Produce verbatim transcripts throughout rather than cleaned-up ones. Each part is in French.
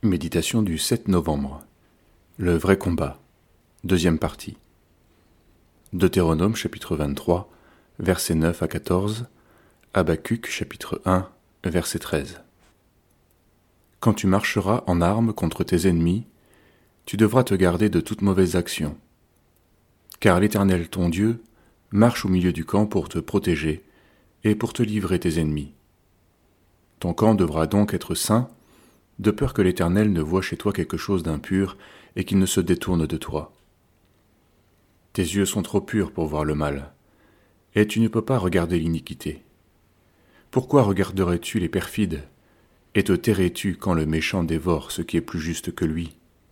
Méditation du sept novembre. Le vrai combat. Deuxième partie. Deutéronome chapitre vingt-trois, versets neuf à quatorze, Habacuc chapitre un, verset treize. Quand tu marcheras en armes contre tes ennemis, tu devras te garder de toute mauvaise action. Car l'Éternel ton Dieu marche au milieu du camp pour te protéger et pour te livrer tes ennemis. Ton camp devra donc être saint, de peur que l'Éternel ne voie chez toi quelque chose d'impur et qu'il ne se détourne de toi. Tes yeux sont trop purs pour voir le mal, et tu ne peux pas regarder l'iniquité. Pourquoi regarderais-tu les perfides, et te tairais-tu quand le méchant dévore ce qui est plus juste que lui?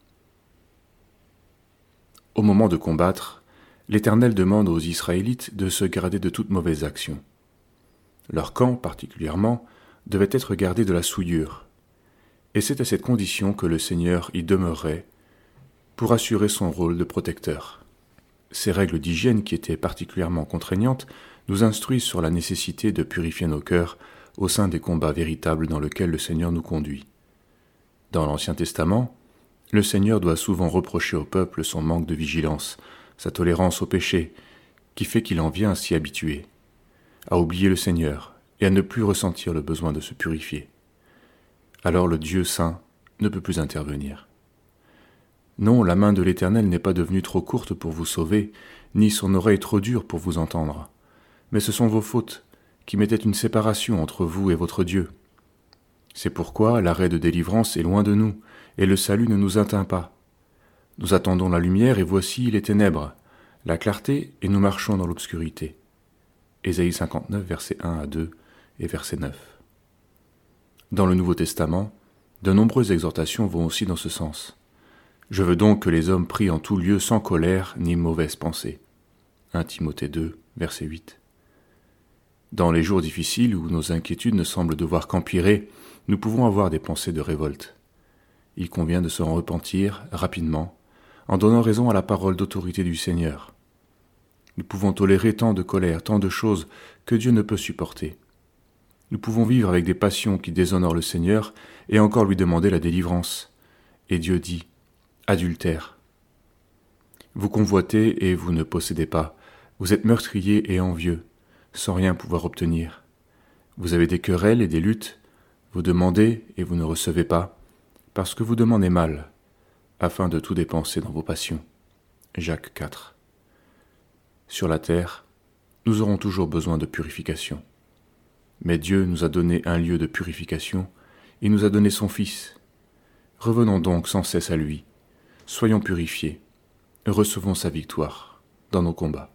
Au moment de combattre, l'Éternel demande aux Israélites de se garder de toute mauvaise action. Leur camp, particulièrement, devait être gardé de la souillure, et c'est à cette condition que le Seigneur y demeurait pour assurer son rôle de protecteur. Ces règles d'hygiène, qui étaient particulièrement contraignantes, nous instruisent sur la nécessité de purifier nos cœurs au sein des combats véritables dans lesquels le Seigneur nous conduit. Dans l'Ancien Testament, le Seigneur doit souvent reprocher au peuple son manque de vigilance, sa tolérance au péché, qui fait qu'il en vient à s'y habituer, à oublier le Seigneur et à ne plus ressentir le besoin de se purifier. Alors le Dieu saint ne peut plus intervenir. Non, la main de l'Éternel n'est pas devenue trop courte pour vous sauver, ni son oreille trop dure pour vous entendre, mais ce sont vos fautes qui mettaient une séparation entre vous et votre Dieu. C'est pourquoi l'arrêt de délivrance est loin de nous, et le salut ne nous atteint pas. Nous attendons la lumière, et voici les ténèbres, la clarté, et nous marchons dans l'obscurité. Ésaïe cinquante-neuf, versets un à deux et verset neuf. Dans le Nouveau Testament, de nombreuses exhortations vont aussi dans ce sens. Je veux donc que les hommes prient en tout lieu sans colère ni mauvaise pensée. un Timothée deux, verset huit. Dans les jours difficiles où nos inquiétudes ne semblent devoir qu'empirer, nous pouvons avoir des pensées de révolte. Il convient de se repentir rapidement, en donnant raison à la parole d'autorité du Seigneur. Nous pouvons tolérer tant de colère, tant de choses que Dieu ne peut supporter. Nous pouvons vivre avec des passions qui déshonorent le Seigneur et encore lui demander la délivrance. Et Dieu dit « Adultère ». Vous convoitez et vous ne possédez pas. Vous êtes meurtrier et envieux, sans rien pouvoir obtenir. Vous avez des querelles et des luttes. Vous demandez et vous ne recevez pas, parce que vous demandez mal, afin de tout dépenser dans vos passions. Jacques quatre. Sur la terre, nous aurons toujours besoin de purification. Mais Dieu nous a donné un lieu de purification, il nous a donné son Fils. Revenons donc sans cesse à lui, soyons purifiés, recevons sa victoire dans nos combats.